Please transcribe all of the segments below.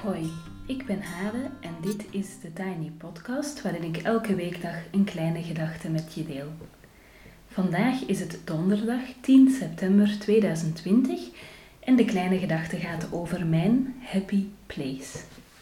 Hoi, ik ben Hade en dit is de Tiny Podcast waarin ik elke weekdag een kleine gedachte met je deel. Vandaag is het donderdag 10 september 2020 en de kleine gedachte gaat over mijn happy place.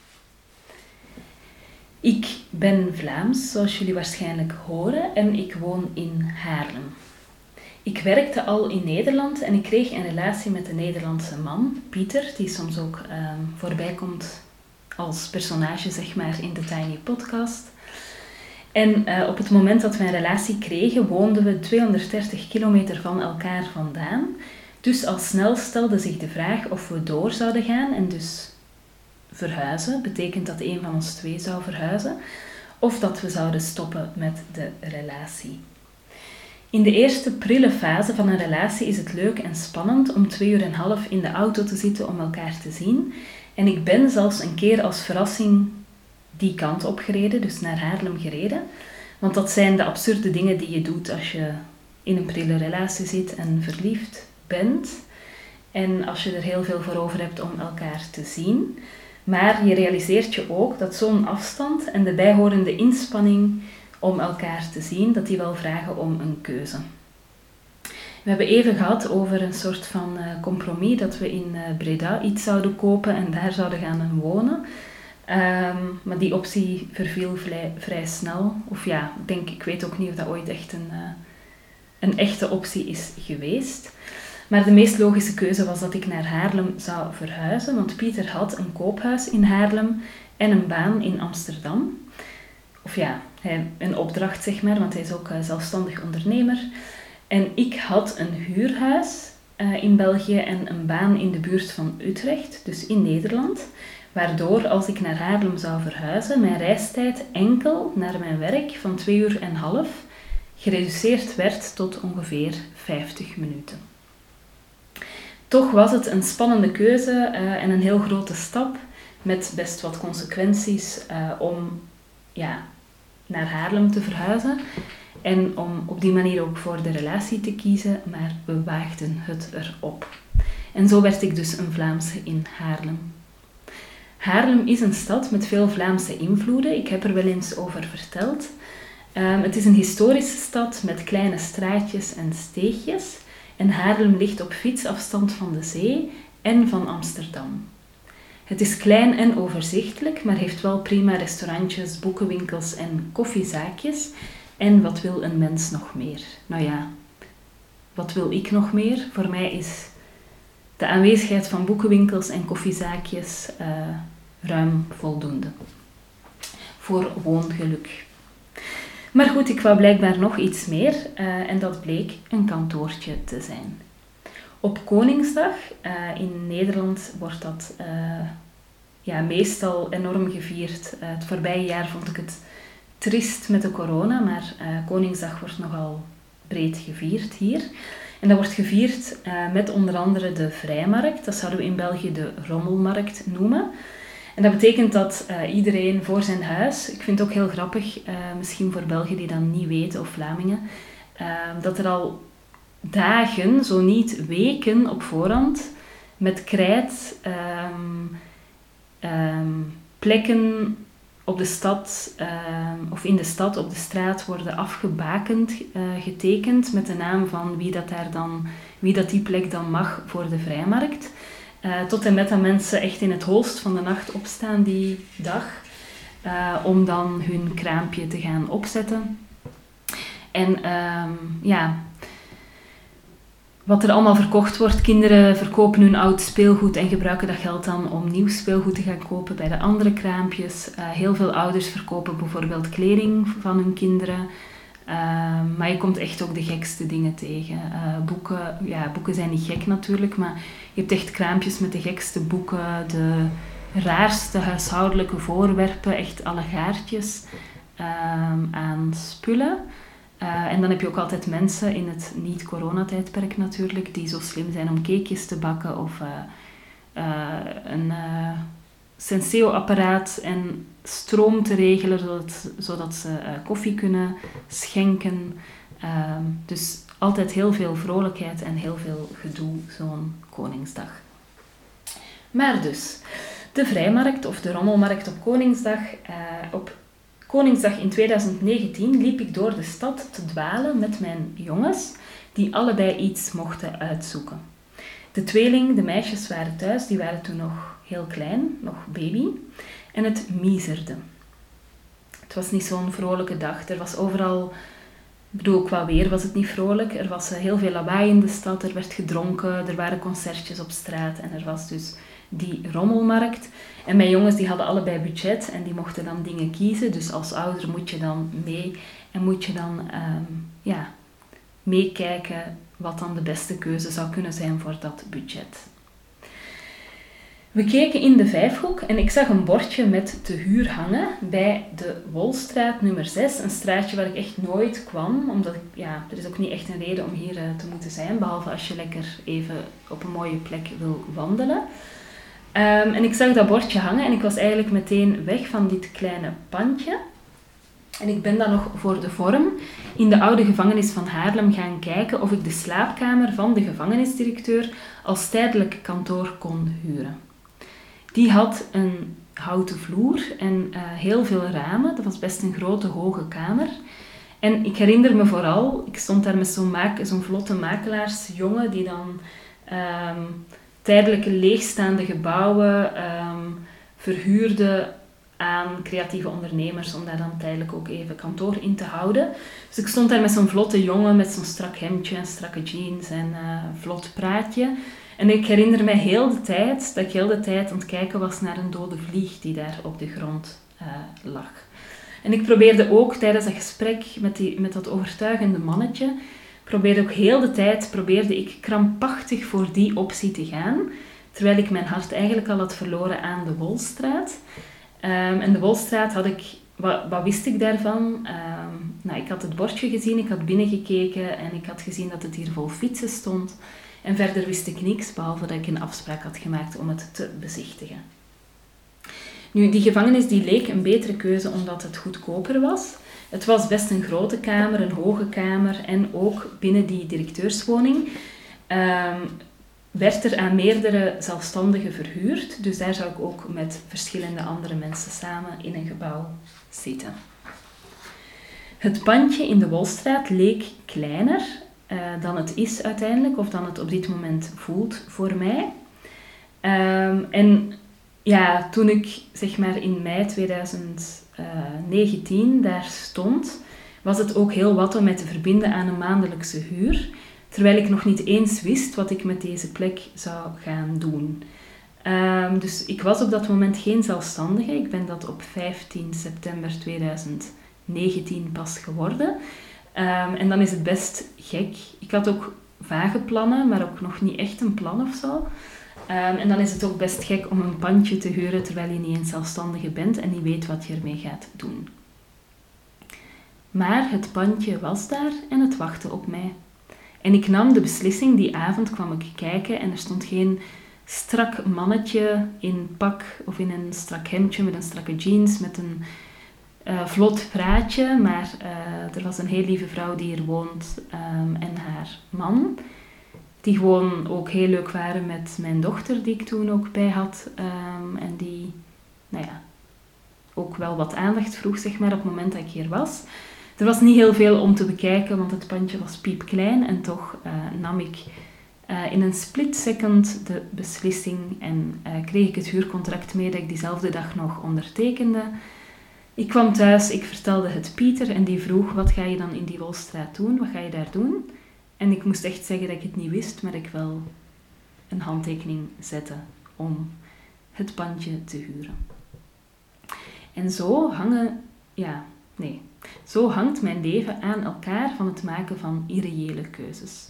Ik ben Vlaams, zoals jullie waarschijnlijk horen, en ik woon in Haarlem. Ik werkte al in Nederland en ik kreeg een relatie met een Nederlandse man, Pieter, die soms ook voorbij komt als personage, zeg maar, in de Tiny Podcast. En op het moment dat we een relatie kregen, woonden we 230 kilometer van elkaar vandaan. Dus al snel stelde zich de vraag of we door zouden gaan en dus verhuizen. Betekent dat een van ons twee zou verhuizen. Of dat we zouden stoppen met de relatie. In de eerste prille fase van een relatie is het leuk en spannend om 2,5 uur in de auto te zitten om elkaar te zien. En ik ben zelfs een keer als verrassing die kant op gereden, dus naar Haarlem gereden. Want dat zijn de absurde dingen die je doet als je in een prille relatie zit en verliefd bent. En als je er heel veel voor over hebt om elkaar te zien. Maar je realiseert je ook dat zo'n afstand en de bijhorende inspanning om elkaar te zien, dat die wel vragen om een keuze. We hebben even gehad over een soort van compromis, dat we in Breda iets zouden kopen en daar zouden gaan wonen. Maar die optie verviel vrij snel. Of ja, ik weet ook niet of dat ooit echt een echte optie is geweest. Maar de meest logische keuze was dat ik naar Haarlem zou verhuizen, want Pieter had een koophuis in Haarlem en een baan in Amsterdam. Of ja, een opdracht zeg maar, want hij is ook zelfstandig ondernemer. En ik had een huurhuis in België en een baan in de buurt van Utrecht, dus in Nederland. Waardoor als ik naar Haarlem zou verhuizen, mijn reistijd enkel naar mijn werk van 2,5 uur gereduceerd werd tot ongeveer 50 minuten. Toch was het een spannende keuze en een heel grote stap met best wat consequenties om naar Haarlem te verhuizen en om op die manier ook voor de relatie te kiezen, maar we waagden het erop. En zo werd ik dus een Vlaamse in Haarlem. Haarlem is een stad met veel Vlaamse invloeden, ik heb er wel eens over verteld. Het is een historische stad met kleine straatjes en steegjes en Haarlem ligt op fietsafstand van de zee en van Amsterdam. Het is klein en overzichtelijk, maar heeft wel prima restaurantjes, boekenwinkels en koffiezaakjes. En wat wil een mens nog meer? Nou ja, wat wil ik nog meer? Voor mij is de aanwezigheid van boekenwinkels en koffiezaakjes ruim voldoende. Voor woongeluk. Maar goed, ik wou blijkbaar nog iets meer en dat bleek een kantoortje te zijn. Op Koningsdag, in Nederland wordt dat meestal enorm gevierd. Het voorbije jaar vond ik het triest met de corona, maar Koningsdag wordt nogal breed gevierd hier. En dat wordt gevierd met onder andere de Vrijmarkt, dat zouden we in België de Rommelmarkt noemen. En dat betekent dat iedereen voor zijn huis, ik vind het ook heel grappig, misschien voor Belgen die dat niet weten of Vlamingen, dat er al dagen, zo niet weken op voorhand, met krijt plekken op de stad of in de stad op de straat worden afgebakend, getekend met de naam van wie dat die plek dan mag voor de Vrijmarkt. Tot en met dat mensen echt in het holst van de nacht opstaan die dag om dan hun kraampje te gaan opzetten. En wat er allemaal verkocht wordt. Kinderen verkopen hun oud speelgoed en gebruiken dat geld dan om nieuw speelgoed te gaan kopen bij de andere kraampjes. Heel veel ouders verkopen bijvoorbeeld kleding van hun kinderen. Maar je komt echt ook de gekste dingen tegen. Boeken zijn niet gek natuurlijk, maar je hebt echt kraampjes met de gekste boeken, de raarste huishoudelijke voorwerpen, echt allegaartjes aan spullen. En dan heb je ook altijd mensen in het niet-coronatijdperk natuurlijk, die zo slim zijn om cakejes te bakken of een Senseo-apparaat en stroom te regelen, zodat ze koffie kunnen schenken. Dus altijd heel veel vrolijkheid en heel veel gedoe, zo'n Koningsdag. Maar dus, de Vrijmarkt of de Rommelmarkt op Koningsdag. Op Koningsdag in 2019 liep ik door de stad te dwalen met mijn jongens, die allebei iets mochten uitzoeken. De meisjes waren thuis, die waren toen nog heel klein, nog baby, en het miezerde. Het was niet zo'n vrolijke dag. Er was overal, qua weer was het niet vrolijk. Er was heel veel lawaai in de stad, er werd gedronken, er waren concertjes op straat en er was dus die rommelmarkt. En mijn jongens die hadden allebei budget en die mochten dan dingen kiezen. Dus als ouder moet je dan mee en moet je dan meekijken wat dan de beste keuze zou kunnen zijn voor dat budget. We keken in de Vijfhoek en ik zag een bordje met te huur hangen bij de Wolstraat nummer 6. Een straatje waar ik echt nooit kwam, omdat er is ook niet echt een reden om hier te moeten zijn, behalve als je lekker even op een mooie plek wil wandelen. En ik zag dat bordje hangen en ik was eigenlijk meteen weg van dit kleine pandje. En ik ben dan nog voor de vorm in de oude gevangenis van Haarlem gaan kijken of ik de slaapkamer van de gevangenisdirecteur als tijdelijk kantoor kon huren. Die had een houten vloer en heel veel ramen. Dat was best een grote, hoge kamer. En ik herinner me vooral, ik stond daar met zo'n vlotte makelaarsjongen die dan tijdelijke leegstaande gebouwen verhuurde aan creatieve ondernemers om daar dan tijdelijk ook even kantoor in te houden. Dus ik stond daar met zo'n vlotte jongen met zo'n strak hemdje en strakke jeans en vlot praatje. En ik herinner mij dat ik heel de tijd aan het kijken was naar een dode vlieg die daar op de grond lag. En ik probeerde ook tijdens dat gesprek met dat overtuigende mannetje, probeerde ik krampachtig voor die optie te gaan, terwijl ik mijn hart eigenlijk al had verloren aan de Wolstraat. En de Wolstraat wat wist ik daarvan? Ik had het bordje gezien, ik had binnengekeken en ik had gezien dat het hier vol fietsen stond. En verder wist ik niks, behalve dat ik een afspraak had gemaakt om het te bezichtigen. Nu, die gevangenis die leek een betere keuze omdat het goedkoper was. Het was best een grote kamer, een hoge kamer en ook binnen die directeurswoning werd er aan meerdere zelfstandigen verhuurd. Dus daar zou ik ook met verschillende andere mensen samen in een gebouw zitten. Het pandje in de Wolstraat leek kleiner dan het is uiteindelijk, of dan het op dit moment voelt voor mij. Toen ik in mei 2019 daar stond, was het ook heel wat om mij te verbinden aan een maandelijkse huur, terwijl ik nog niet eens wist wat ik met deze plek zou gaan doen. Dus ik was op dat moment geen zelfstandige. Ik ben dat op 15 september 2019 pas geworden. En dan is het best gek. Ik had ook vage plannen, maar ook nog niet echt een plan of zo. En dan is het ook best gek om een pandje te huren terwijl je niet eens zelfstandige bent en niet weet wat je ermee gaat doen. Maar het pandje was daar en het wachtte op mij. En ik nam de beslissing, die avond kwam ik kijken en er stond geen strak mannetje in pak of in een strak hemdje met een strakke jeans, met een vlot praatje, maar er was een heel lieve vrouw die hier woont en haar man, die gewoon ook heel leuk waren met mijn dochter die ik toen ook bij had en die ook wel wat aandacht vroeg op het moment dat ik hier was. Er was niet heel veel om te bekijken, want het pandje was piepklein en toch nam ik in een split second de beslissing en kreeg ik het huurcontract mee dat ik diezelfde dag nog ondertekende. Ik kwam thuis, ik vertelde het Pieter en die vroeg, wat ga je dan in die Wolstraat doen? Wat ga je daar doen? En ik moest echt zeggen dat ik het niet wist, maar ik wel een handtekening zette om het pandje te huren. En zo hangt mijn leven aan elkaar van het maken van irreële keuzes.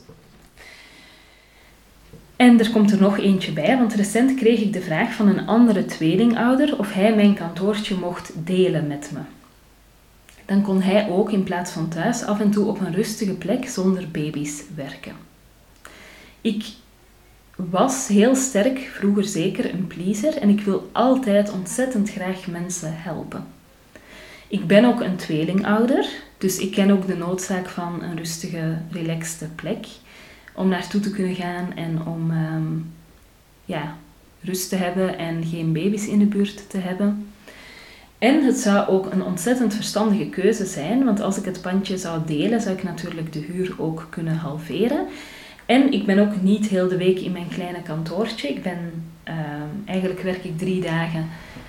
En er komt er nog eentje bij, want recent kreeg ik de vraag van een andere tweelingouder of hij mijn kantoortje mocht delen met me. Dan kon hij ook in plaats van thuis af en toe op een rustige plek zonder baby's werken. Ik was heel sterk, vroeger zeker, een pleaser en ik wil altijd ontzettend graag mensen helpen. Ik ben ook een tweelingouder, dus ik ken ook de noodzaak van een rustige, relaxte plek om naartoe te kunnen gaan en om rust te hebben en geen baby's in de buurt te hebben. En het zou ook een ontzettend verstandige keuze zijn, want als ik het pandje zou delen, zou ik natuurlijk de huur ook kunnen halveren. En ik ben ook niet heel de week in mijn kleine kantoortje. Eigenlijk werk ik 3 dagen,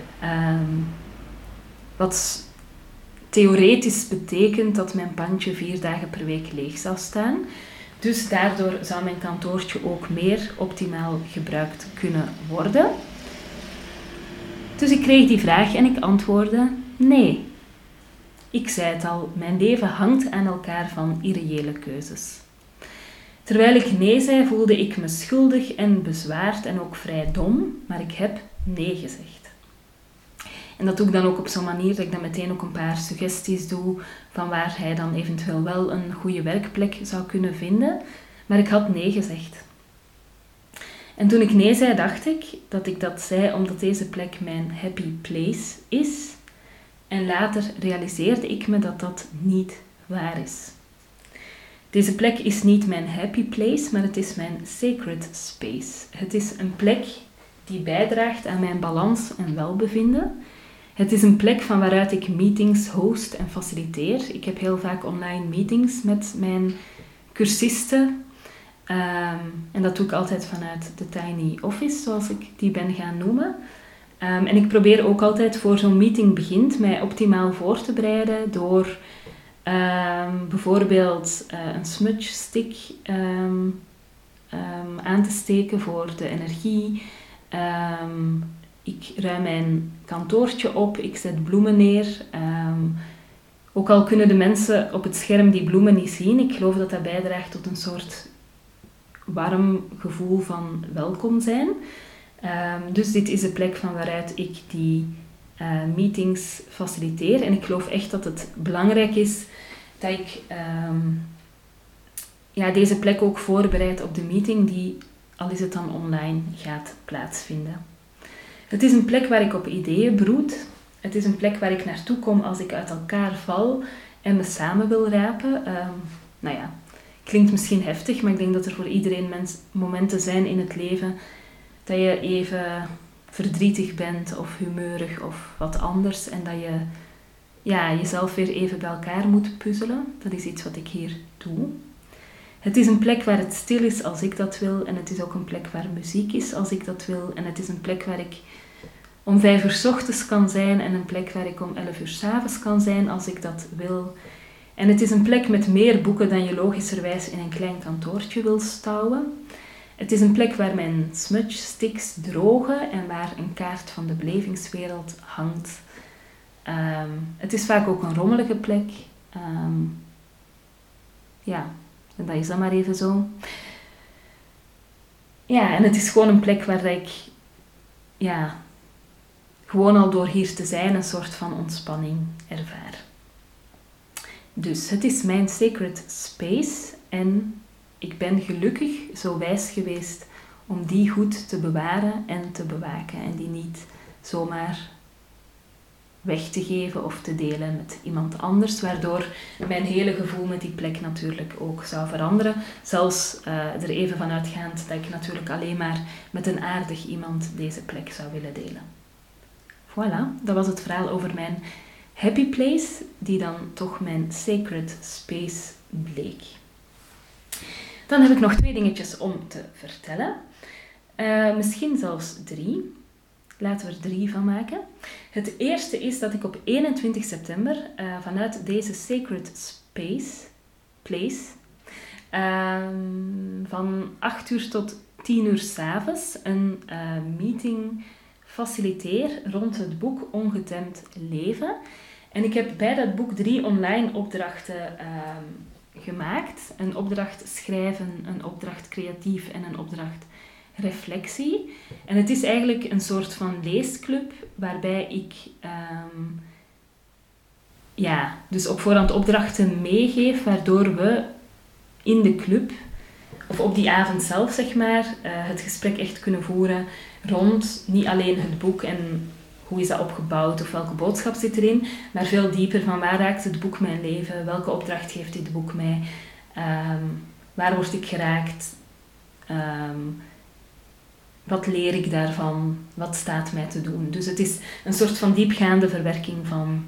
wat theoretisch betekent dat mijn pandje 4 dagen per week leeg zou staan. Dus daardoor zou mijn kantoortje ook meer optimaal gebruikt kunnen worden. Dus ik kreeg die vraag en ik antwoordde nee. Ik zei het al, mijn leven hangt aan elkaar van irreële keuzes. Terwijl ik nee zei, voelde ik me schuldig en bezwaard en ook vrij dom, maar ik heb nee gezegd. En dat doe ik dan ook op zo'n manier dat ik dan meteen ook een paar suggesties doe van waar hij dan eventueel wel een goede werkplek zou kunnen vinden. Maar ik had nee gezegd. En toen ik nee zei, dacht ik dat zei omdat deze plek mijn happy place is. En later realiseerde ik me dat dat niet waar is. Deze plek is niet mijn happy place, maar het is mijn sacred space. Het is een plek die bijdraagt aan mijn balans en welbevinden. Het is een plek van waaruit ik meetings host en faciliteer. Ik heb heel vaak online meetings met mijn cursisten. En dat doe ik altijd vanuit de tiny office, zoals ik die ben gaan noemen. En ik probeer ook altijd voor zo'n meeting begint mij optimaal voor te bereiden door bijvoorbeeld een smudge stick aan te steken voor de energie. Ik ruim mijn kantoortje op, ik zet bloemen neer. Ook al kunnen de mensen op het scherm die bloemen niet zien, ik geloof dat dat bijdraagt tot een soort warm gevoel van welkom zijn. Dus dit is de plek van waaruit ik die meetings faciliteer. En ik geloof echt dat het belangrijk is dat ik deze plek ook voorbereid op de meeting die, al is het dan online, gaat plaatsvinden. Het is een plek waar ik op ideeën broed. Het is een plek waar ik naartoe kom als ik uit elkaar val en me samen wil rapen. Klinkt misschien heftig, maar ik denk dat er voor iedereen momenten zijn in het leven dat je even verdrietig bent of humeurig of wat anders en dat je jezelf weer even bij elkaar moet puzzelen. Dat is iets wat ik hier doe. Het is een plek waar het stil is als ik dat wil en het is ook een plek waar muziek is als ik dat wil en het is een plek waar ik om 5 uur 's ochtends kan zijn en een plek waar ik om 11 uur 's avonds kan zijn als ik dat wil. En het is een plek met meer boeken dan je logischerwijs in een klein kantoortje wil stouwen. Het is een plek waar mijn smudge sticks drogen en waar een kaart van de belevingswereld hangt. Het is vaak ook een rommelige plek. En dat is dan maar even zo. Ja, en het is gewoon een plek waar ik gewoon al door hier te zijn een soort van ontspanning ervaar. Dus het is mijn sacred space en ik ben gelukkig zo wijs geweest om die goed te bewaren en te bewaken en die niet zomaar weg te geven of te delen met iemand anders, waardoor mijn hele gevoel met die plek natuurlijk ook zou veranderen. Zelfs er even van uitgaand dat ik natuurlijk alleen maar met een aardig iemand deze plek zou willen delen. Voilà, dat was het verhaal over mijn happy place, die dan toch mijn sacred space bleek. Dan heb ik nog 2 dingetjes om te vertellen. Misschien zelfs 3. Laten we er 3 van maken. Het eerste is dat ik op 21 september vanuit deze sacred place van 8 uur tot 10 uur 's avonds een meeting faciliteer rond het boek Ongetemd Leven. En ik heb bij dat boek 3 online opdrachten gemaakt. Een opdracht schrijven, een opdracht creatief en een opdracht reflectie. En het is eigenlijk een soort van leesclub waarbij ik dus op voorhand opdrachten meegeef, waardoor we in de club, of op die avond zelf zeg maar, het gesprek echt kunnen voeren rond niet alleen het boek en hoe is dat opgebouwd of welke boodschap zit erin, maar veel dieper van waar raakt het boek mijn leven, welke opdracht geeft dit boek mij, waar word ik geraakt, wat leer ik daarvan? Wat staat mij te doen? Dus het is een soort van diepgaande verwerking van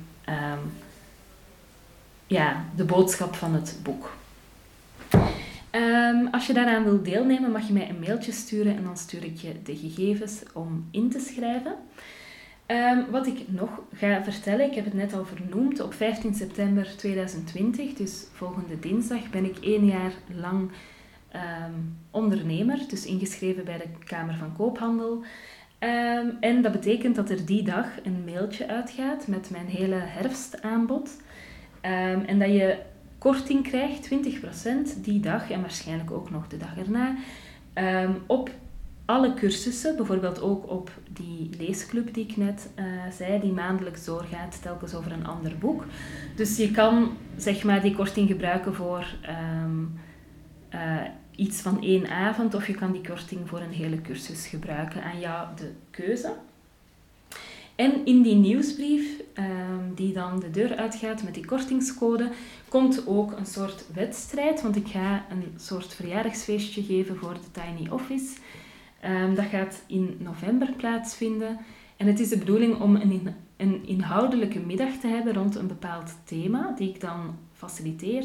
de boodschap van het boek. Als je daaraan wilt deelnemen, mag je mij een mailtje sturen en dan stuur ik je de gegevens om in te schrijven. Wat ik nog ga vertellen, ik heb het net al vernoemd, op 15 september 2020, dus volgende dinsdag, ben ik 1 jaar lang ondernemer, dus ingeschreven bij de Kamer van Koophandel. En dat betekent dat er die dag een mailtje uitgaat met mijn hele herfstaanbod. En dat je korting krijgt, 20% die dag en waarschijnlijk ook nog de dag erna, op alle cursussen, bijvoorbeeld ook op die leesclub die ik net zei, die maandelijks doorgaat, telkens over een ander boek. Dus je kan zeg maar die korting gebruiken voor iets van 1 avond, of je kan die korting voor een hele cursus gebruiken. Aan jou de keuze. En in die nieuwsbrief, die dan de deur uitgaat met die kortingscode, komt ook een soort wedstrijd, want ik ga een soort verjaardagsfeestje geven voor de Tiny Office. Dat gaat in november plaatsvinden. En het is de bedoeling om een inhoudelijke middag te hebben rond een bepaald thema, die ik dan faciliteer.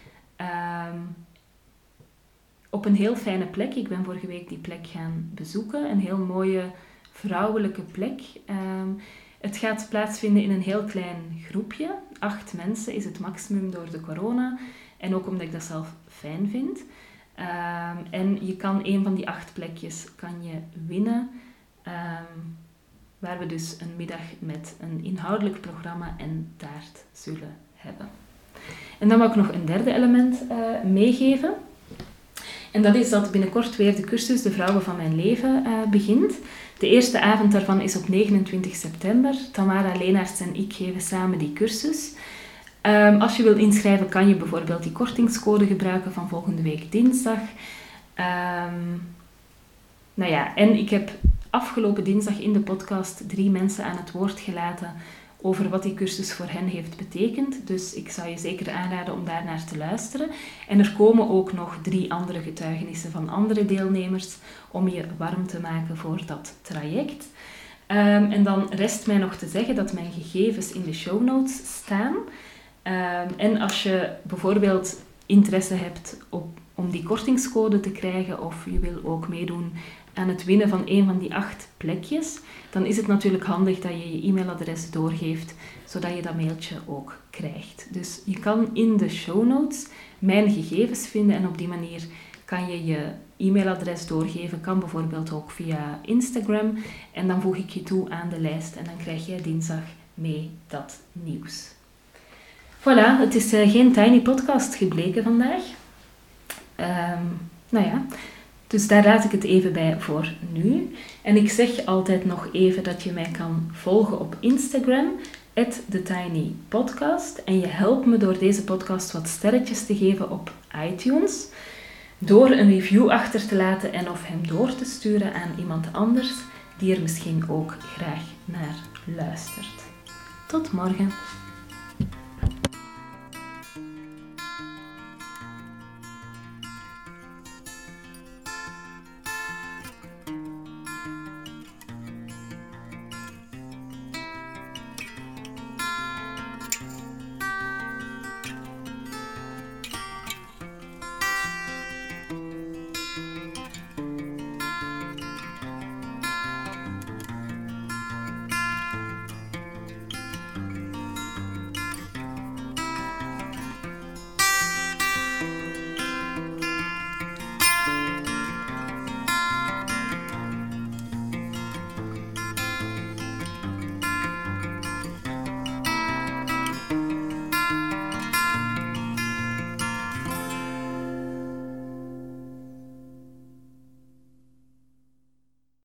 Op een heel fijne plek. Ik ben vorige week die plek gaan bezoeken. Een heel mooie vrouwelijke plek. Het gaat plaatsvinden in een heel klein groepje. 8 mensen is het maximum door de corona. En ook omdat ik dat zelf fijn vind. En je kan een van die 8 plekjes kan je winnen. Waar we dus een middag met een inhoudelijk programma en taart zullen hebben. En dan wil ik nog een derde element meegeven. En dat is dat binnenkort weer de cursus De Vrouwen van Mijn Leven begint. De eerste avond daarvan is op 29 september. Tamara Leenaerts en ik geven samen die cursus. Als je wilt inschrijven, kan je bijvoorbeeld die kortingscode gebruiken van volgende week dinsdag. En ik heb afgelopen dinsdag in de podcast 3 mensen aan het woord gelaten over wat die cursus voor hen heeft betekend. Dus ik zou je zeker aanraden om daar naar te luisteren. En er komen ook nog 3 andere getuigenissen van andere deelnemers om je warm te maken voor dat traject. En dan rest mij nog te zeggen dat mijn gegevens in de show notes staan. En als je bijvoorbeeld interesse hebt om die kortingscode te krijgen of je wil ook meedoen aan het winnen van een van die 8 plekjes, dan is het natuurlijk handig dat je je e-mailadres doorgeeft, zodat je dat mailtje ook krijgt. Dus je kan in de show notes mijn gegevens vinden en op die manier kan je je e-mailadres doorgeven. Kan bijvoorbeeld ook via Instagram en dan voeg ik je toe aan de lijst en dan krijg jij dinsdag mee dat nieuws. Voilà, het is geen tiny podcast gebleken vandaag. Dus daar laat ik het even bij voor nu. En ik zeg altijd nog even dat je mij kan volgen op Instagram, @thetinypodcast. En je helpt me door deze podcast wat sterretjes te geven op iTunes, door een review achter te laten en of hem door te sturen aan iemand anders die er misschien ook graag naar luistert. Tot morgen.